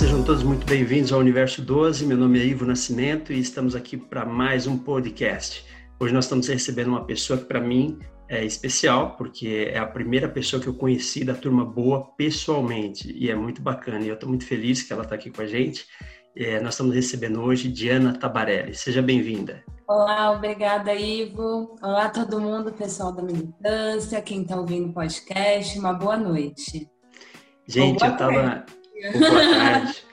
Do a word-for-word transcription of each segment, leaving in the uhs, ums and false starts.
sejam todos muito bem-vindos ao Universo doze. Meu nome é Ivo Nascimento e estamos aqui para mais um podcast. Hoje nós estamos recebendo uma pessoa que para mim é especial, porque é a primeira pessoa que eu conheci da Turma Boa pessoalmente e é muito bacana. E eu estou muito feliz que ela está aqui com a gente. É, nós estamos recebendo hoje Diana Tabarelli. Seja bem-vinda. Olá, obrigada, Ivo. Olá, todo mundo, pessoal da militância, quem está ouvindo o podcast. Uma boa noite. Gente, boa eu estava... Ou boa tarde.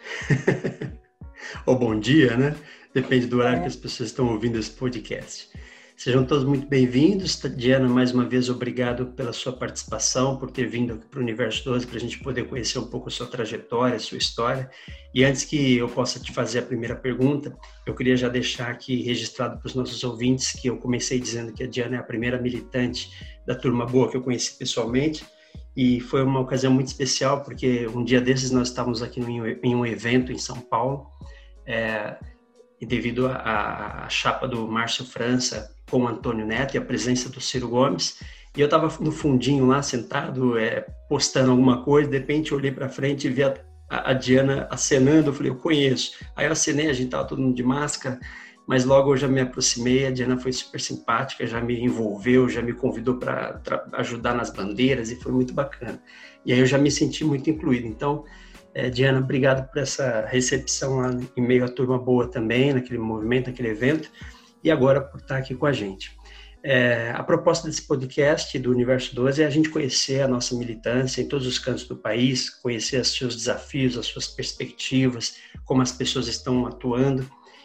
Ou bom dia, né? Depende do horário é. que as pessoas estão ouvindo esse podcast. Sejam todos muito bem-vindos. Diana, mais uma vez, obrigado pela sua participação, por ter vindo aqui para o Universo doze, para a gente poder conhecer um pouco a sua trajetória, a sua história. E antes que eu possa te fazer a primeira pergunta, eu queria já deixar aqui registrado para os nossos ouvintes que eu comecei dizendo que a Diana é a primeira militante da Turma Boa que eu conheci pessoalmente. E foi uma ocasião muito especial, porque um dia desses nós estávamos aqui em um evento em São Paulo, é, e devido à chapa do Márcio França com o Antônio Neto e a presença do Ciro Gomes, e eu estava no fundinho lá, sentado, é, postando alguma coisa, de repente eu olhei para frente e vi a, a Diana acenando, eu falei, eu conheço. Aí eu acenei, a gente estava todo mundo de máscara, mas logo eu já me aproximei, a Diana foi super simpática, já me envolveu, já me convidou para ajudar nas bandeiras e foi muito bacana. E aí eu já me senti muito incluído. Então, é, Diana, obrigado por essa recepção lá em meio à Turma Boa também, naquele movimento, naquele evento, e agora por estar aqui com a gente. É, a proposta desse podcast do Universo doze é a gente conhecer a nossa militância em todos os cantos do país, conhecer os seus desafios, as suas perspectivas, como as pessoas estão atuando.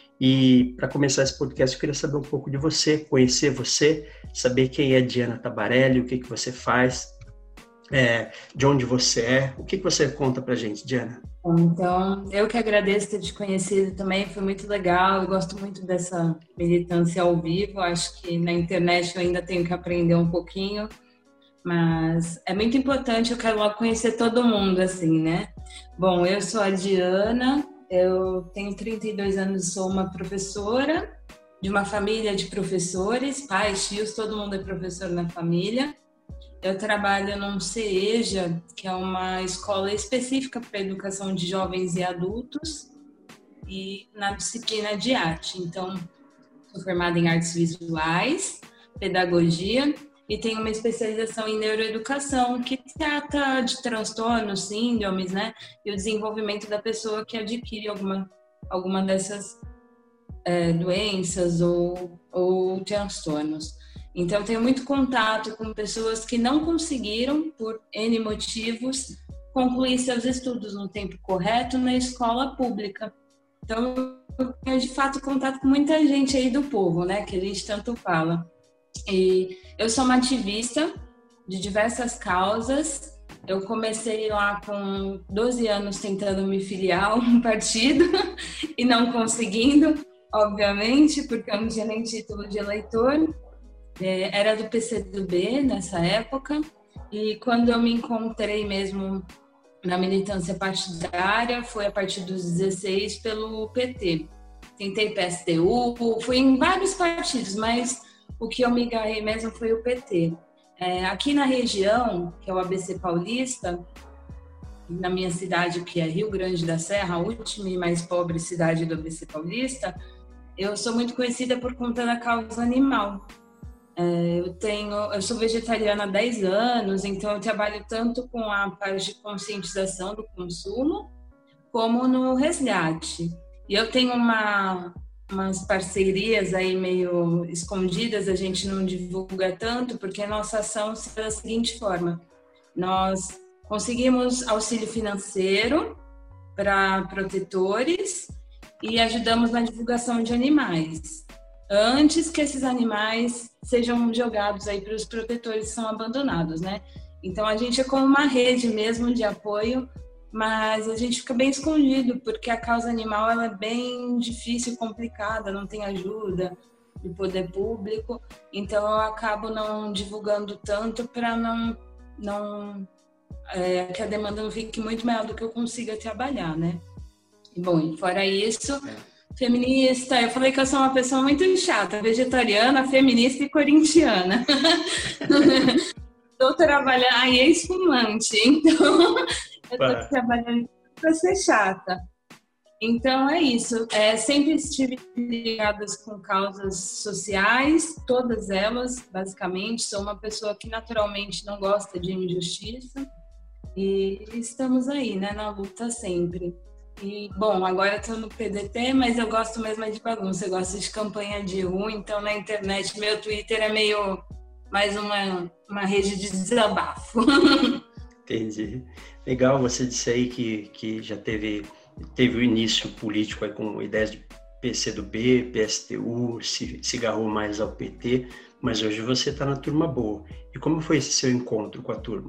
E para começar esse podcast, eu queria saber um pouco de você, conhecer você, saber quem é Diana Tabarelli, o que, que você faz, é, de onde você é, o que, que você conta para a gente, Diana? Então, eu que agradeço ter te conhecido também, foi muito legal, eu gosto muito dessa militância ao vivo, acho que na internet eu ainda tenho que aprender um pouquinho, mas é muito importante, eu quero logo conhecer todo mundo, assim, né? Bom, eu sou a Diana. Eu tenho trinta e dois anos, sou uma professora de uma família de professores, pais, tios, todo mundo é professor na família. Eu trabalho num CEJA, que é uma escola específica para a educação de jovens e adultos, e na disciplina de arte. Então, sou formada em artes visuais, pedagogia, e tenho uma especialização em neuroeducação, que trata de transtornos, síndromes, né? E o desenvolvimento da pessoa que adquire alguma, alguma dessas é, doenças ou, ou transtornos. Então, tenho muito contato com pessoas que não conseguiram, por N motivos, concluir seus estudos no tempo correto na escola pública. Então, eu tenho, de fato, contato com muita gente aí do povo, né? Que a gente tanto fala. E eu sou uma ativista de diversas causas. Eu comecei lá com doze anos tentando me filiar a um partido e não conseguindo, obviamente, porque eu não tinha nem título de eleitor. Era do P C do B nessa época, e quando eu me encontrei mesmo na militância partidária foi a partir dos dezesseis pelo P T. Tentei P S T U, fui em vários partidos, mas o que eu me agarrei mesmo foi o P T. É, aqui na região, que é o A B C Paulista, na minha cidade, que é Rio Grande da Serra, a última e mais pobre cidade do A B C Paulista, eu sou muito conhecida por conta da causa animal. É, eu, tenho, eu sou vegetariana há dez anos, então eu trabalho tanto com a parte de conscientização do consumo, como no resgate. E eu tenho uma... umas parcerias aí meio escondidas, a gente não divulga tanto, porque a nossa ação se faz da seguinte forma: nós conseguimos auxílio financeiro para protetores e ajudamos na divulgação de animais, antes que esses animais sejam jogados aí para os protetores que são abandonados, né? Então a gente é como uma rede mesmo de apoio, mas a gente fica bem escondido, porque a causa animal ela é bem difícil, complicada, não tem ajuda do poder público, então eu acabo não divulgando tanto para não, não é, que a demanda não fique muito maior do que eu consiga trabalhar, né? E, bom, fora isso, feminista, eu falei que eu sou uma pessoa muito chata, vegetariana, feminista e corintiana. Estou trabalhando, aí é espumante, então... Eu estou trabalhando para ser chata. Então é isso, é, sempre estive ligadas com causas sociais, todas elas, basicamente. Sou uma pessoa que naturalmente não gosta de injustiça e estamos aí, né, na luta sempre. E, bom, agora estou no P D T, mas eu gosto mesmo de bagunça, eu gosto de campanha de rua, então na internet, meu Twitter é meio mais uma, uma rede de desabafo. Entendi. Legal, você disse aí que, que já teve, teve o início político aí com ideias de P C do B, P S T U, se, se agarrou mais ao P T, mas hoje você está na turma boa. E como foi esse seu encontro com a turma?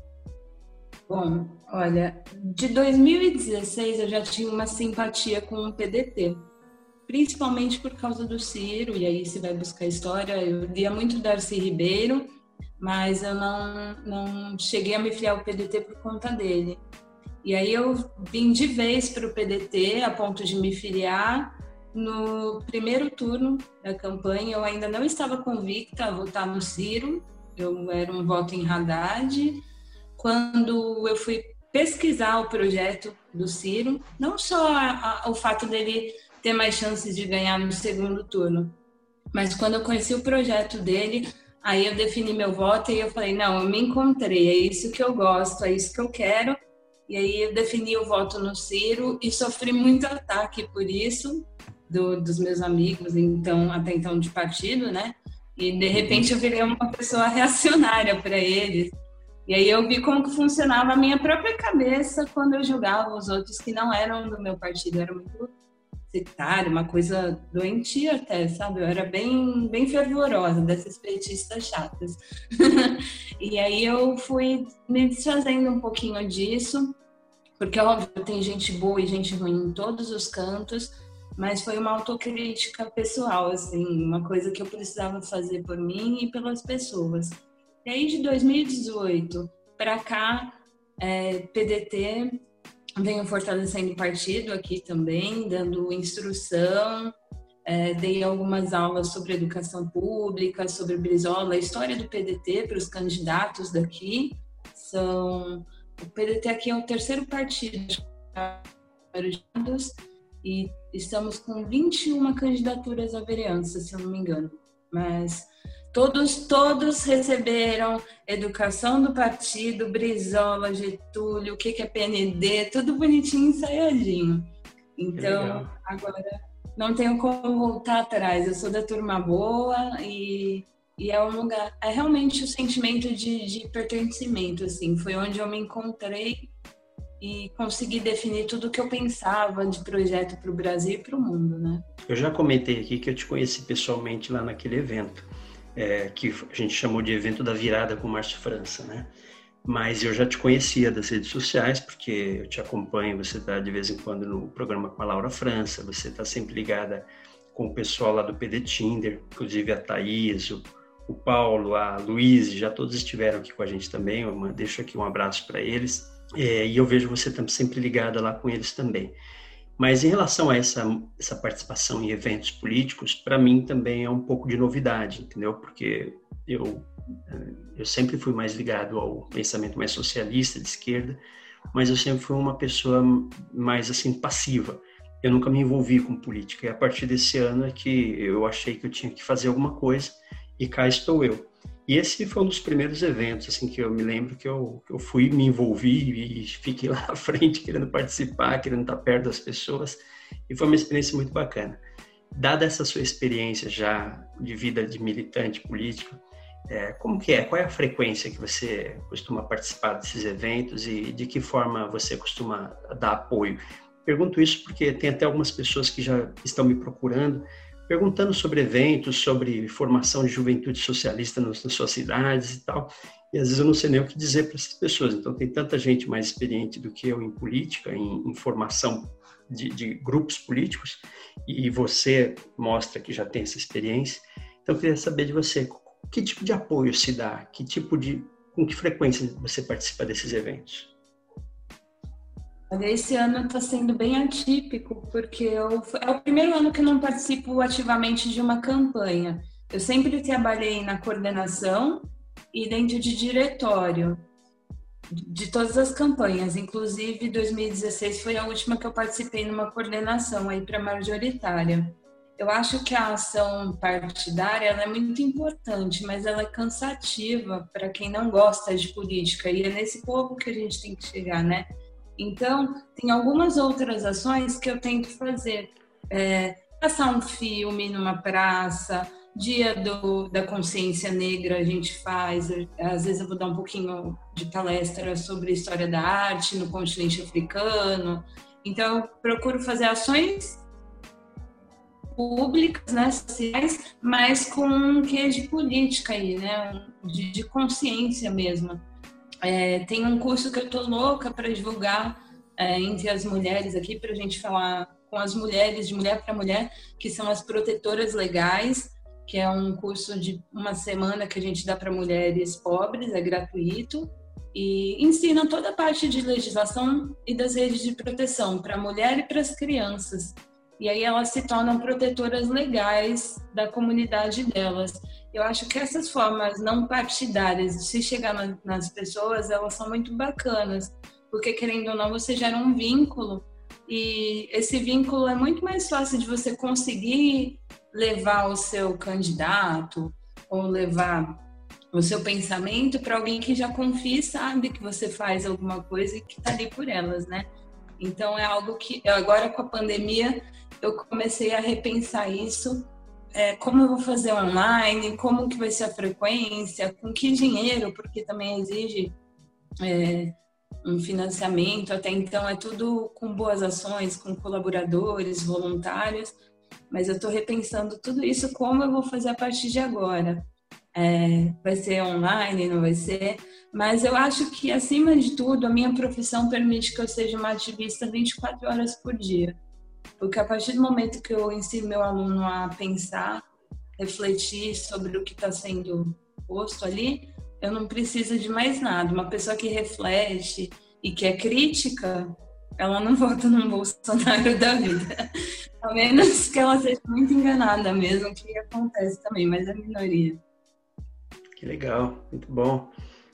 Bom, olha, de dois mil e dezesseis eu já tinha uma simpatia com o P D T, principalmente por causa do Ciro, e aí você vai buscar história, eu lia muito Darcy Ribeiro, mas eu não, não cheguei a me filiar ao P D T por conta dele. E aí eu vim de vez para o P D T, a ponto de me filiar no primeiro turno da campanha. Eu ainda não estava convicta a votar no Ciro, eu era um voto em Haddad. Quando eu fui pesquisar o projeto do Ciro, não só a, a, o fato dele ter mais chances de ganhar no segundo turno, mas quando eu conheci o projeto dele, aí eu defini meu voto e eu falei, não, eu me encontrei, é isso que eu gosto, é isso que eu quero. E aí eu defini o voto no Ciro e sofri muito ataque por isso, do, dos meus amigos, então, até então de partido, né? E de repente eu virei uma pessoa reacionária para eles. E aí eu vi como que funcionava a minha própria cabeça quando eu julgava os outros que não eram do meu partido. Era muito sectário, uma coisa doentia até, sabe? Eu era bem, bem fervorosa, dessas petistas chatas. E aí eu fui me desfazendo um pouquinho disso, porque, óbvio, tem gente boa e gente ruim em todos os cantos, mas foi uma autocrítica pessoal, assim, uma coisa que eu precisava fazer por mim e pelas pessoas. E aí, de dois mil e dezoito para cá, é, P D T, venho fortalecendo o partido aqui também, dando instrução, é, dei algumas aulas sobre educação pública, sobre Brizola, a história do P D T para os candidatos daqui. São, o P D T aqui é o terceiro partido e estamos com vinte e uma candidaturas à vereança, se eu não me engano, mas... Todos, todos receberam educação do partido, Brizola, Getúlio, o que, que é P N D, tudo bonitinho, ensaiadinho. Então, agora não tenho como voltar atrás. Eu sou da turma boa e, e é um lugar... É realmente o sentimento de, de pertencimento, assim. Foi onde eu me encontrei e consegui definir tudo o que eu pensava de projeto para o Brasil e para o mundo, né? Eu já comentei aqui que eu te conheci pessoalmente lá naquele evento. É, que a gente chamou de evento da virada com o Márcio França, né? Mas eu já te conhecia das redes sociais, porque eu te acompanho, você está de vez em quando no programa com a Laura França, você está sempre ligada com o pessoal lá do P D Tinder, inclusive a Thaís, o, o Paulo, a Luísa, já todos estiveram aqui com a gente também, eu deixo aqui um abraço para eles, é, e eu vejo você sempre ligada lá com eles também. Mas em relação a essa, essa participação em eventos políticos, para mim também é um pouco de novidade, entendeu? Porque eu, eu sempre fui mais ligado ao pensamento mais socialista, de esquerda, mas eu sempre fui uma pessoa mais assim passiva. Eu nunca me envolvi com política e a partir desse ano é que eu achei que eu tinha que fazer alguma coisa e cá estou eu. E esse foi um dos primeiros eventos assim, que eu me lembro que eu, eu fui, me envolvi e fiquei lá à frente querendo participar, querendo estar perto das pessoas. E foi uma experiência muito bacana. Dada essa sua experiência já de vida de militante político, é, como que é? Qual é a frequência que você costuma participar desses eventos e de que forma você costuma dar apoio? Pergunto isso porque tem até algumas pessoas que já estão me procurando perguntando sobre eventos, sobre formação de juventude socialista nas, nas suas cidades e tal, e às vezes eu não sei nem o que dizer para essas pessoas. Então tem tanta gente mais experiente do que eu em política, em, em formação de, de grupos políticos, e você mostra que já tem essa experiência. Então eu queria saber de você, que tipo de apoio se dá, que tipo de, com que frequência você participa desses eventos? Esse ano está sendo bem atípico, porque eu, é o primeiro ano que eu não participo ativamente de uma campanha. Eu sempre trabalhei na coordenação e dentro de diretório. de todas as campanhas, inclusive dois mil e dezesseis foi a última que eu participei numa coordenação aí para majoritária. Eu acho que a ação partidária ela é muito importante, mas ela é cansativa para quem não gosta de política, e é nesse povo que a gente tem que chegar, né? Então, tem algumas outras ações que eu tento fazer. É, passar um filme numa praça, dia do, da consciência negra a gente faz, às vezes eu vou dar um pouquinho de palestra sobre a história da arte no continente africano. Então, eu procuro fazer ações públicas, né, sociais, mas com um quê de política aí, né, de, de consciência mesmo. É, tem um curso que eu tô louca para divulgar é, entre as mulheres aqui, para a gente falar com as mulheres, de mulher para mulher, que são as protetoras legais, que é um curso de uma semana que a gente dá para mulheres pobres, é gratuito, e ensina toda a parte de legislação e das redes de proteção para a mulher e para as crianças. E aí elas se tornam protetoras legais da comunidade delas. Eu acho que essas formas não partidárias de se chegar na, nas pessoas, elas são muito bacanas, porque querendo ou não, você gera um vínculo, e esse vínculo é muito mais fácil de você conseguir levar o seu candidato ou levar o seu pensamento para alguém que já confia e sabe que você faz alguma coisa e que está ali por elas, né? Então é algo que, agora com a pandemia, eu comecei a repensar isso, é, como eu vou fazer online, como que vai ser a frequência, com que dinheiro, porque também exige é, um financiamento, até então é tudo com boas ações, com colaboradores, voluntários, mas eu estou repensando tudo isso, como eu vou fazer a partir de agora. É, vai ser online, não vai ser, mas eu acho que, acima de tudo, a minha profissão permite que eu seja uma ativista vinte e quatro horas por dia, porque a partir do momento que eu ensino meu aluno a pensar, refletir sobre o que está sendo posto ali, eu não preciso de mais nada. Uma pessoa que reflete e que é crítica, ela não vota no Bolsonaro da vida, a menos que ela seja muito enganada mesmo, que acontece também, mas é minoria. Que legal, muito bom.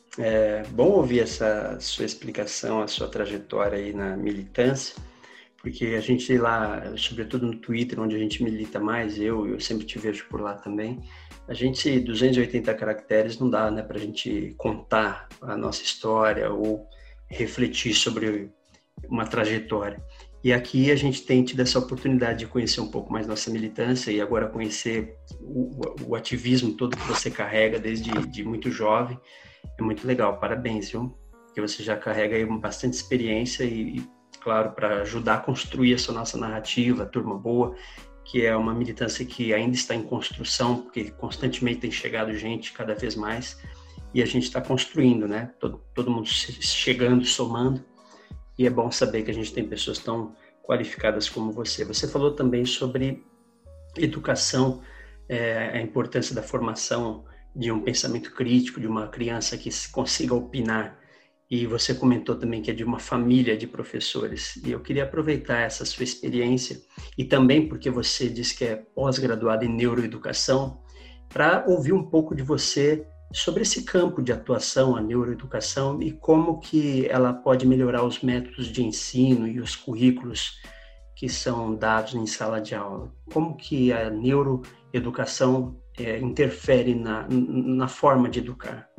É bom ouvir essa sua explicação, a sua trajetória aí na militância, porque a gente lá, sobretudo no Twitter, onde a gente milita mais, eu, eu sempre te vejo por lá também, a gente, duzentos e oitenta caracteres não dá, né, para a gente contar a nossa história ou refletir sobre uma trajetória. E aqui a gente tem tido essa oportunidade de conhecer um pouco mais nossa militância e agora conhecer o, o ativismo todo que você carrega desde de muito jovem. É muito legal, parabéns, viu? Porque você já carrega aí bastante experiência e, e claro, para ajudar a construir essa nossa narrativa, Turma Boa, que é uma militância que ainda está em construção, porque constantemente tem chegado gente cada vez mais e a gente está construindo, né? Todo, todo mundo chegando, somando. E é bom saber que a gente tem pessoas tão qualificadas como você. Você falou também sobre educação, é, a importância da formação de um pensamento crítico, de uma criança que consiga opinar. E você comentou também que é de uma família de professores. E eu queria aproveitar essa sua experiência, e também porque você disse que é pós-graduada em neuroeducação, para ouvir um pouco de você sobre esse campo de atuação, a neuroeducação, e como que ela pode melhorar os métodos de ensino e os currículos que são dados em sala de aula. Como que a neuroeducação é, interfere na, na forma de educar?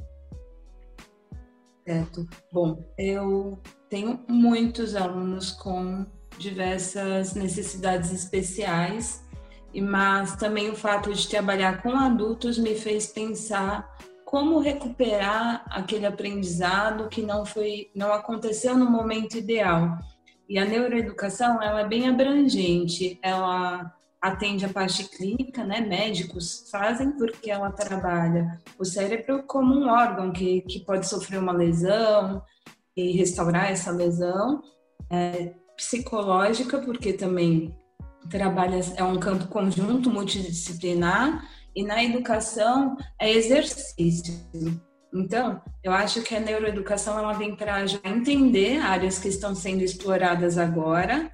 Certo. Bom, eu tenho muitos alunos com diversas necessidades especiais, mas também o fato de trabalhar com adultos me fez pensar como recuperar aquele aprendizado que não foi, não aconteceu no momento ideal. E a neuroeducação, ela é bem abrangente, ela atende a parte clínica, né? Médicos fazem porque ela trabalha o cérebro como um órgão que, que pode sofrer uma lesão e restaurar essa lesão. É, psicológica, porque também trabalha, é um campo conjunto, multidisciplinar, e na educação é exercício. Então, eu acho que a neuroeducação ela vem para entender áreas que estão sendo exploradas agora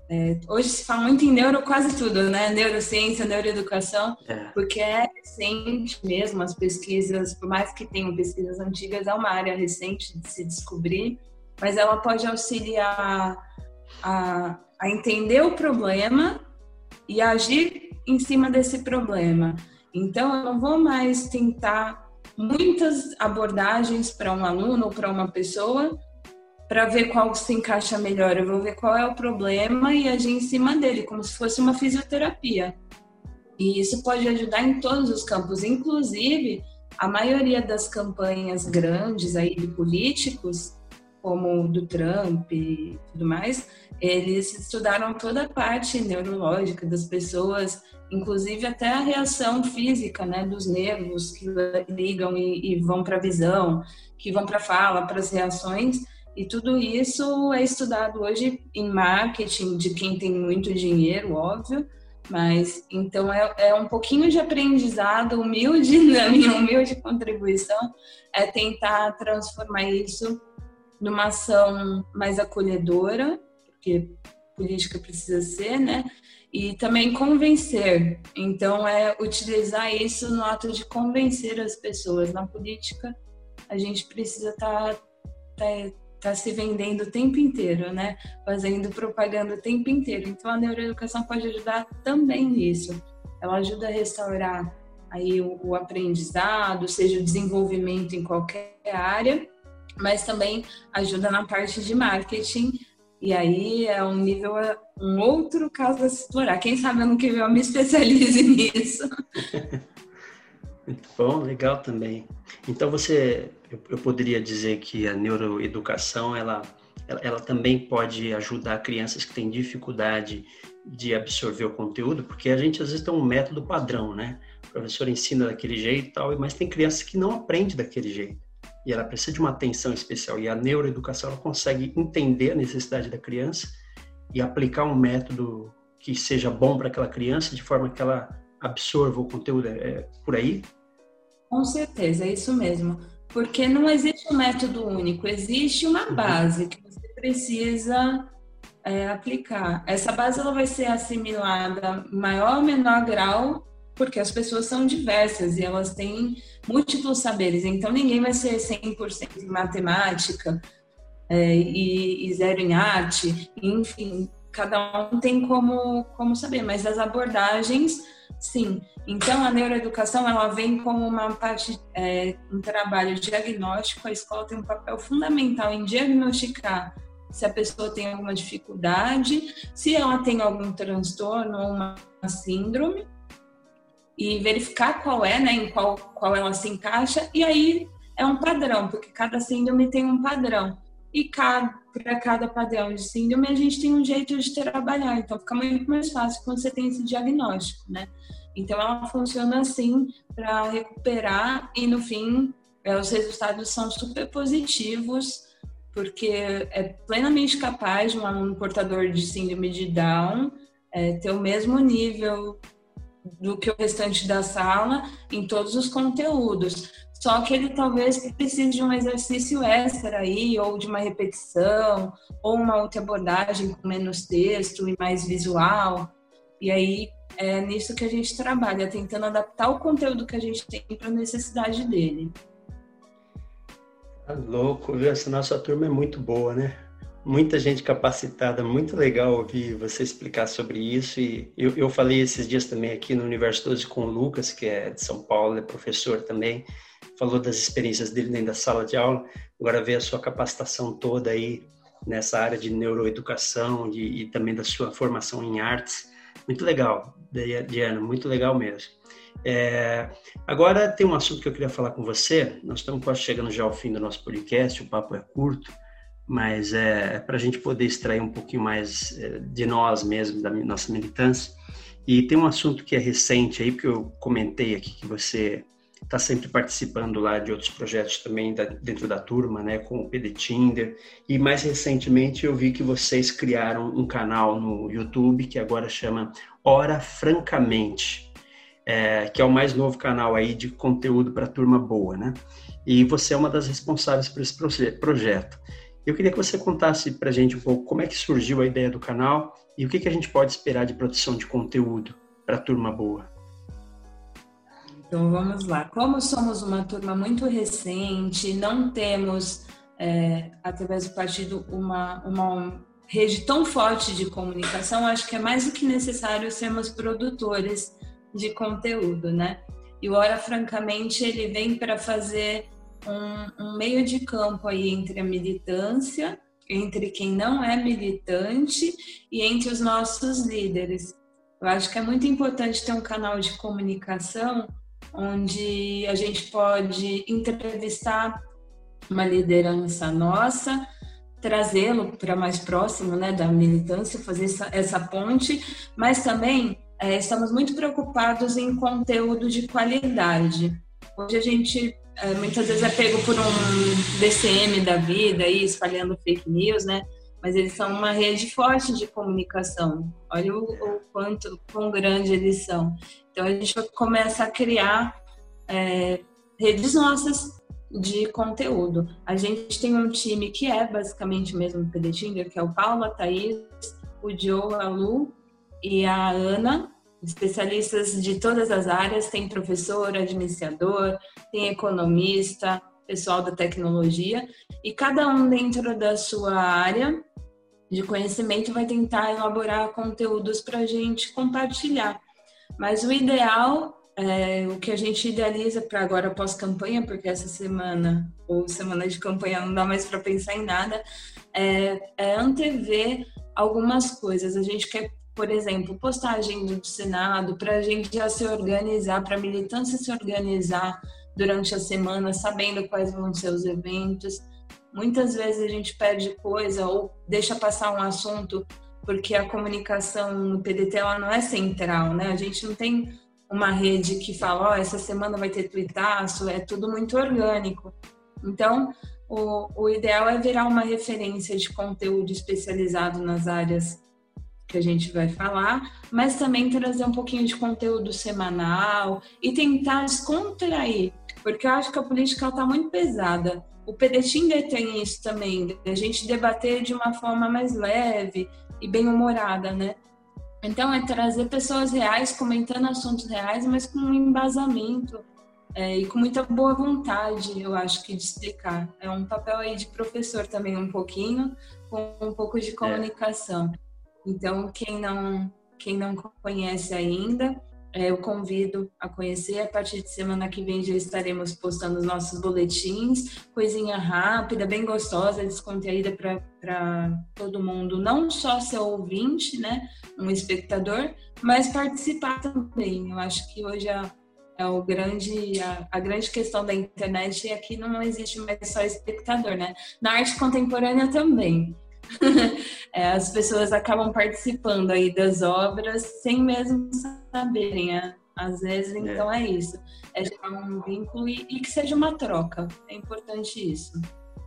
É, hoje se fala muito em neuro quase tudo, né? Neurociência, neuroeducação, É. porque é recente mesmo, as pesquisas, por mais que tenham pesquisas antigas, é uma área recente de se descobrir, mas ela pode auxiliar a, a entender o problema e agir em cima desse problema. Então, eu não vou mais tentar muitas abordagens para um aluno ou para uma pessoa para ver qual se encaixa melhor. Eu vou ver qual é o problema e agir em cima dele, como se fosse uma fisioterapia. E isso pode ajudar em todos os campos, inclusive a maioria das campanhas grandes aí de políticos, como o do Trump e tudo mais, eles estudaram toda a parte neurológica das pessoas, inclusive até a reação física, né, dos nervos que ligam e, e vão para a visão, que vão para a fala, para as reações. E tudo isso é estudado hoje em marketing de quem tem muito dinheiro, óbvio, mas então é, é um pouquinho de aprendizado humilde, na minha humilde contribuição, é tentar transformar isso numa ação mais acolhedora, porque política precisa ser, né? E também convencer. Então é utilizar isso no ato de convencer as pessoas. Na política, a gente precisa estar... Tá, tá, Está se vendendo o tempo inteiro, né? Fazendo propaganda o tempo inteiro. Então, a neuroeducação pode ajudar também nisso. Ela ajuda a restaurar aí o, o aprendizado, seja o desenvolvimento em qualquer área, mas também ajuda na parte de marketing. E aí é um nível, um outro caso a se explorar. Quem sabe ano que vem eu me especialize nisso. Muito bom, legal também. Então você, eu, eu poderia dizer que a neuroeducação, ela, ela, ela também pode ajudar crianças que têm dificuldade de absorver o conteúdo, porque a gente às vezes tem um método padrão, né? O professor ensina daquele jeito e tal, mas tem crianças que não aprendem daquele jeito. E ela precisa de uma atenção especial. E a neuroeducação, ela consegue entender a necessidade da criança e aplicar um método que seja bom para aquela criança, de forma que ela absorva o conteúdo. É por aí? Com certeza, é isso mesmo. Porque não existe um método único, existe uma base que você precisa é, aplicar. Essa base ela vai ser assimilada maior ou menor grau, porque as pessoas são diversas e elas têm múltiplos saberes. Então, ninguém vai ser cem por cento em matemática é, e, e zero em arte. Enfim, cada um tem como, como saber, mas as abordagens, sim. Então, a neuroeducação, ela vem como uma parte, é, um trabalho diagnóstico. A escola tem um papel fundamental em diagnosticar se a pessoa tem alguma dificuldade, se ela tem algum transtorno ou uma síndrome, e verificar qual é, né, em qual, qual ela se encaixa, e aí é um padrão, porque cada síndrome tem um padrão. E para cada padrão de síndrome, a gente tem um jeito de trabalhar, então fica muito mais fácil quando você tem esse diagnóstico, né? Então, ela funciona assim para recuperar e, no fim, é, os resultados são super positivos, porque é plenamente capaz de um aluno portador de síndrome de Down é, ter o mesmo nível do que o restante da sala em todos os conteúdos. Só que ele talvez precise de um exercício extra aí, ou de uma repetição, ou uma outra abordagem com menos texto e mais visual. E aí, é nisso que a gente trabalha, tentando adaptar o conteúdo que a gente tem para a necessidade dele. Tá louco, viu? Essa nossa turma é muito boa, né? Muita gente capacitada, muito legal ouvir você explicar sobre isso. E eu, eu falei esses dias também aqui no Universo doze com o Lucas, que é de São Paulo, é professor também, falou das experiências dele dentro da sala de aula. Agora ver a sua capacitação toda aí nessa área de neuroeducação e, e também da sua formação em artes. Muito legal, Diana, muito legal mesmo. É, agora tem um assunto que eu queria falar com você. Nós estamos quase chegando já ao fim do nosso podcast, o papo é curto, mas é para a gente poder extrair um pouquinho mais de nós mesmos, da nossa militância. E tem um assunto que é recente aí, porque eu comentei aqui que você está sempre participando lá de outros projetos também da, dentro da turma, né, com o P D Tinder. E mais recentemente eu vi que vocês criaram um canal no YouTube que agora chama Ora Francamente, é, que é o mais novo canal aí de conteúdo para a turma boa, né? E você é uma das responsáveis por esse proje- projeto. Eu queria que você contasse para a gente um pouco como é que surgiu a ideia do canal E o que, que a gente pode esperar de produção de conteúdo para a Turma Boa? Então vamos lá. Como somos uma turma muito recente, não temos, é, através do partido, uma, uma rede tão forte de comunicação, acho que é mais do que necessário sermos produtores de conteúdo, né? E o Ora Francamente, ele vem para fazer um, um meio de campo aí entre a militância, entre quem não é militante e entre os nossos líderes. Eu acho que é muito importante ter um canal de comunicação onde a gente pode entrevistar uma liderança nossa, trazê-lo para mais próximo, né, da militância, fazer essa, essa ponte, mas também é, estamos muito preocupados em conteúdo de qualidade. Hoje a gente é, muitas vezes é pego por um D C M da vida, aí, espalhando fake news, né? Mas eles são uma rede forte de comunicação. Olha o, o quanto, quão grande eles são. Então, a gente vai começar a criar é, redes nossas de conteúdo. A gente tem um time que é basicamente mesmo o P D Tinder, que é o Paulo, a Thaís, o Joe, a Lu e a Ana, especialistas de todas as áreas. Tem professor, administrador, tem economista, pessoal da tecnologia, e cada um dentro da sua área de conhecimento vai tentar elaborar conteúdos para a gente compartilhar. Mas o ideal, é, o que a gente idealiza para agora pós-campanha, porque essa semana, ou semana de campanha, não dá mais para pensar em nada, é, é antever algumas coisas. A gente quer, por exemplo, postar a agenda do Senado, para a gente já se organizar, para a militância se organizar durante a semana, sabendo quais vão ser os eventos. Muitas vezes a gente perde coisa ou deixa passar um assunto porque a comunicação no P D T ela não é central, né? A gente não tem uma rede que fala, ó, oh, essa semana vai ter tuitaço, é tudo muito orgânico. Então, o, o ideal é virar uma referência de conteúdo especializado nas áreas que a gente vai falar, mas também trazer um pouquinho de conteúdo semanal e tentar descontrair, porque eu acho que a política está muito pesada. O P D Tinder tem isso também, a gente debater de uma forma mais leve e bem-humorada, né? Então, é trazer pessoas reais, comentando assuntos reais, mas com um embasamento é, e com muita boa vontade, eu acho que de explicar. É um papel aí de professor também, um pouquinho, com um pouco de comunicação. Então, quem não, quem não conhece ainda, é, eu convido a conhecer. A partir de semana que vem já estaremos postando os nossos boletins, coisinha rápida, bem gostosa, descontraída para todo mundo, não só ser ouvinte, né, um espectador, mas participar também. Eu acho que hoje a, é o grande, a, a grande questão da internet é que não existe mais só espectador, né? Na arte contemporânea também. É, as pessoas acabam participando aí das obras sem mesmo saberem, né? Às vezes, então é, é isso, é gerar um vínculo e, e que seja uma troca, é importante isso.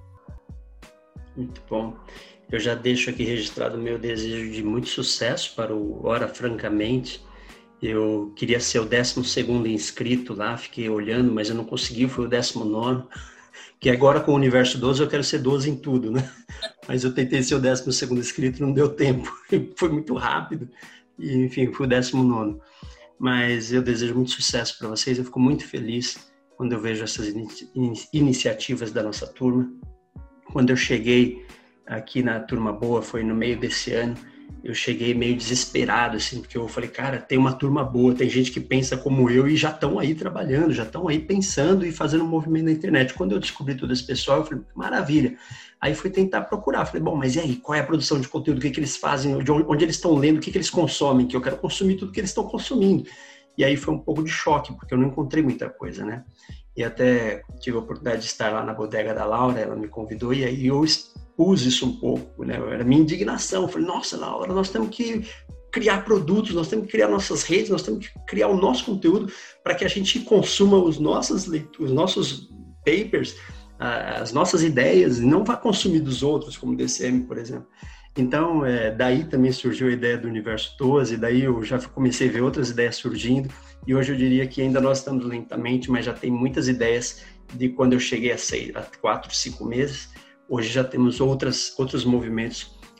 Muito bom. Eu já deixo aqui registrado o meu desejo de muito sucesso para o Ora Francamente. Eu queria ser o décimo segundo inscrito lá, fiquei olhando, mas eu não consegui, fui o décimo nono. Que agora com o Universo doze eu quero ser doze em tudo, né? Mas eu tentei ser o décimo segundo inscrito, não deu tempo. Foi muito rápido. E, enfim, fui o décimo nono. Mas eu desejo muito sucesso para vocês. Eu fico muito feliz quando eu vejo essas in- iniciativas da nossa turma. Quando eu cheguei aqui na Turma Boa, foi no meio desse ano, eu cheguei meio desesperado, assim, porque eu falei, cara, tem uma turma boa, tem gente que pensa como eu e já estão aí trabalhando, já estão aí pensando e fazendo um movimento na internet. Quando eu descobri todo esse pessoal, eu falei, maravilha. Aí fui tentar procurar, falei, bom, mas e aí, qual é a produção de conteúdo, o que, que eles fazem, de onde eles estão lendo, o que, que eles consomem, que eu quero consumir tudo que eles estão consumindo. E aí foi um pouco de choque, porque eu não encontrei muita coisa, né? E até tive a oportunidade de estar lá na bodega da Laura, ela me convidou, e aí eu expus isso um pouco, né? Era a minha indignação. Eu falei, nossa, Laura, nós temos que criar produtos, nós temos que criar nossas redes, nós temos que criar o nosso conteúdo para que a gente consuma os nossos leituras, os nossos papers, as nossas ideias, e não vá consumir dos outros, como o D C M, por exemplo. Então, é, daí também surgiu a ideia do Universo doze, daí eu já comecei a ver outras ideias surgindo, e hoje eu diria que ainda nós estamos lentamente, mas já tem muitas ideias de quando eu cheguei a, seis, a quatro, cinco meses. Hoje já temos outras, outros movimentos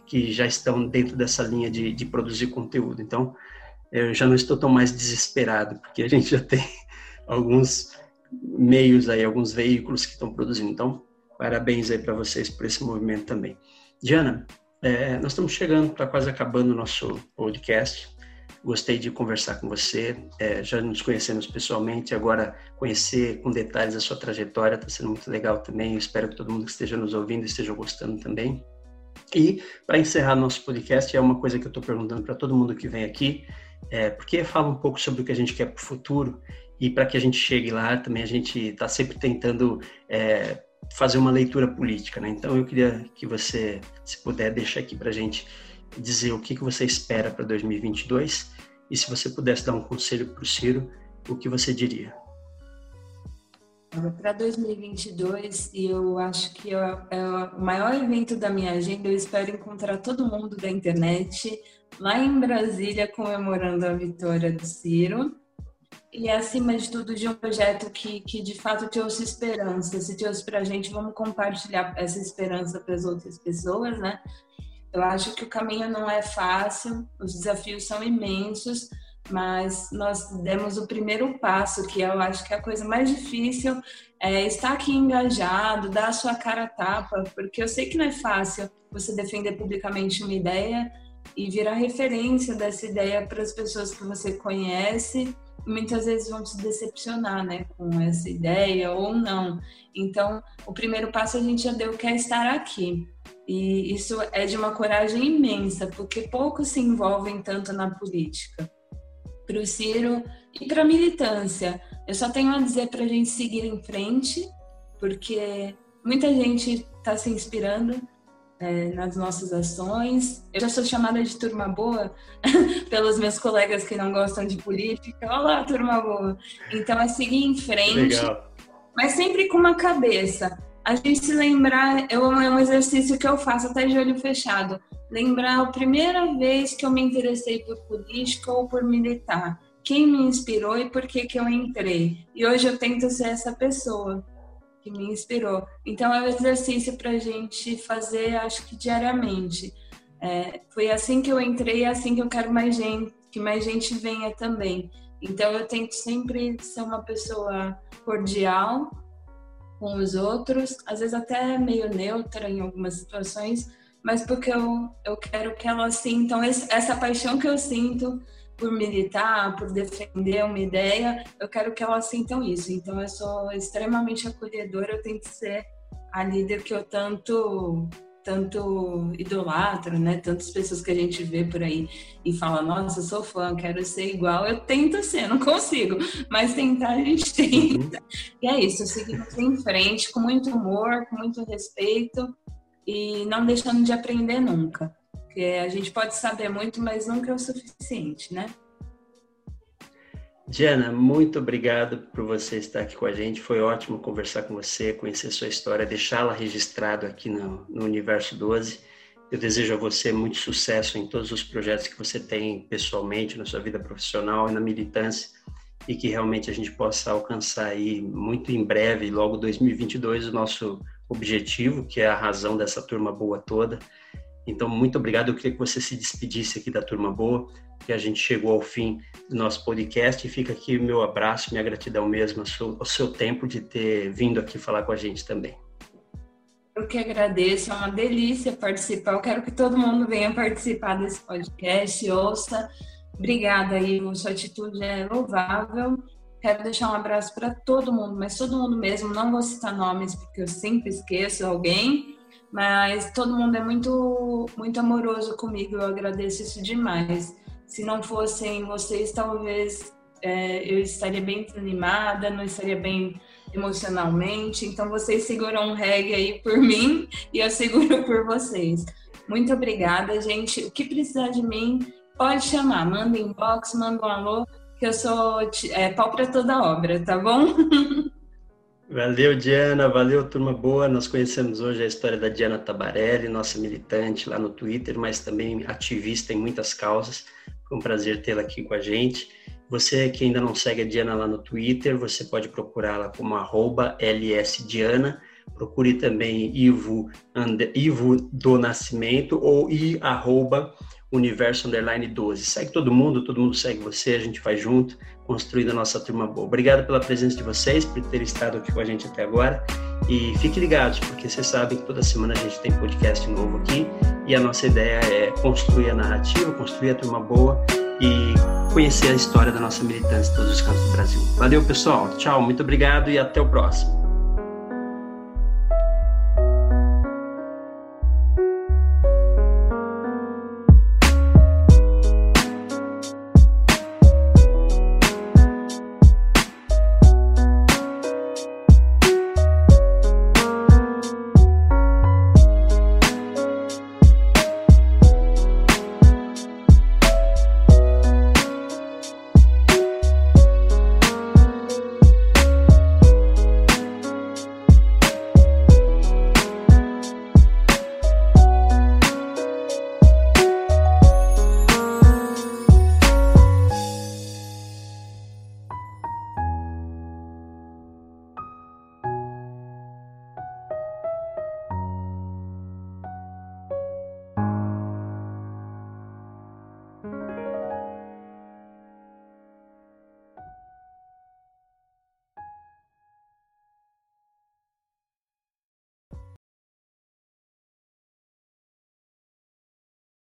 que já estão dentro dessa linha de, de produzir conteúdo. Então, eu já não estou tão mais desesperado, porque a gente já tem alguns meios aí, alguns veículos que estão produzindo. Então, parabéns aí para vocês por esse movimento também. Diana, é, nós estamos chegando, está quase acabando o nosso podcast. Gostei de conversar com você, é, já nos conhecemos pessoalmente, agora conhecer com detalhes a sua trajetória está sendo muito legal também. Eu espero que todo mundo que esteja nos ouvindo esteja gostando também. E, para encerrar nosso podcast, é uma coisa que eu estou perguntando para todo mundo que vem aqui, é, porque fala um pouco sobre o que a gente quer para o futuro, e para que a gente chegue lá, também a gente está sempre tentando é, fazer uma leitura política, né? Então, eu queria que você, se puder, deixar aqui para a gente dizer o que, que você espera para dois mil e vinte e dois, e se você pudesse dar um conselho para o Ciro, o que você diria? Para dois mil e vinte e dois, e eu acho que é o maior evento da minha agenda. Eu espero encontrar todo mundo da internet lá em Brasília comemorando a vitória do Ciro, e acima de tudo de um projeto que, que de fato trouxe esperança. Se trouxe para a gente, vamos compartilhar essa esperança para as outras pessoas, né? Eu acho que o caminho não é fácil, os desafios são imensos, mas nós demos o primeiro passo, que eu acho que é a coisa mais difícil, é estar aqui engajado, dar a sua cara a tapa, porque eu sei que não é fácil você defender publicamente uma ideia e virar referência dessa ideia para as pessoas que você conhece, e muitas vezes vão se decepcionar, né, com essa ideia ou não. Então, o primeiro passo a gente já deu, que é estar aqui. E isso é de uma coragem imensa, porque poucos se envolvem tanto na política. Para o Ciro e para a militância, eu só tenho a dizer para a gente seguir em frente, porque muita gente está se inspirando é, nas nossas ações. Eu já sou chamada de turma boa pelos meus colegas que não gostam de política. Olá, turma boa! Então é seguir em frente, legal, mas sempre com uma cabeça. A gente se lembrar, eu, é um exercício que eu faço até de olho fechado. Lembrar a primeira vez que eu me interessei por política ou por militar. Quem me inspirou e por que que eu entrei. E hoje eu tento ser essa pessoa que me inspirou. Então é um exercício para a gente fazer, acho que diariamente. É, foi assim que eu entrei, é assim que eu quero mais gente, que mais gente venha também. Então eu tento sempre ser uma pessoa cordial com os outros, às vezes até meio neutra em algumas situações, mas porque eu, eu quero que elas sintam esse, essa paixão que eu sinto por militar, por defender uma ideia, eu quero que elas sintam isso. Então eu sou extremamente acolhedora, eu tento ser a líder que eu tanto, tanto idolatro, né? Tantas pessoas que a gente vê por aí e fala, nossa, eu sou fã, quero ser igual. Eu tento ser, não consigo, mas tentar a gente tenta. E é isso, seguimos em frente com muito humor, com muito respeito, e não deixando de aprender nunca. Porque a gente pode saber muito, mas nunca é o suficiente, né? Diana, muito obrigado por você estar aqui com a gente. Foi ótimo conversar com você, conhecer sua história, deixá-la registrado aqui no, no Universo doze. Eu desejo a você muito sucesso em todos os projetos que você tem pessoalmente, na sua vida profissional e na militância, e que realmente a gente possa alcançar aí muito em breve, logo dois mil e vinte e dois, o nosso objetivo, que é a razão dessa turma boa toda. Então, muito obrigado. Eu queria que você se despedisse aqui da turma boa, que a gente chegou ao fim do nosso podcast, e fica aqui o meu abraço, minha gratidão mesmo ao seu, ao seu tempo de ter vindo aqui falar com a gente também. Eu que agradeço, é uma delícia participar. Eu quero que todo mundo venha participar desse podcast, ouça. Obrigada, Ivo, sua atitude é louvável. Quero deixar um abraço para todo mundo, mas todo mundo mesmo, não vou citar nomes porque eu sempre esqueço alguém, mas todo mundo é muito, muito amoroso comigo, eu agradeço isso demais. Se não fossem vocês, talvez é, eu estaria bem desanimada, não estaria bem emocionalmente, então vocês seguram um reggae aí por mim e eu seguro por vocês. Muito obrigada, gente. O que precisar de mim, pode chamar, manda inbox, manda um alô, que eu sou é, pau para toda obra, tá bom? Valeu, Diana, valeu, turma boa. Nós conhecemos hoje a história da Diana Tabarelli, nossa militante lá no Twitter, mas também ativista em muitas causas. Foi um prazer tê-la aqui com a gente. Você que ainda não segue a Diana lá no Twitter, você pode procurá-la como arroba lsdiana, Procure também Ivo, and, Ivo do Nascimento ou i arroba universo underline doze. Segue todo mundo, todo mundo segue você, a gente vai junto, construindo a nossa turma boa. Obrigado pela presença de vocês, por ter estado aqui com a gente até agora. E fiquem ligados, porque vocês sabem que toda semana a gente tem podcast novo aqui e a nossa ideia é construir a narrativa, construir a turma boa e conhecer a história da nossa militância em todos os cantos do Brasil. Valeu, pessoal. Tchau, muito obrigado e até o próximo.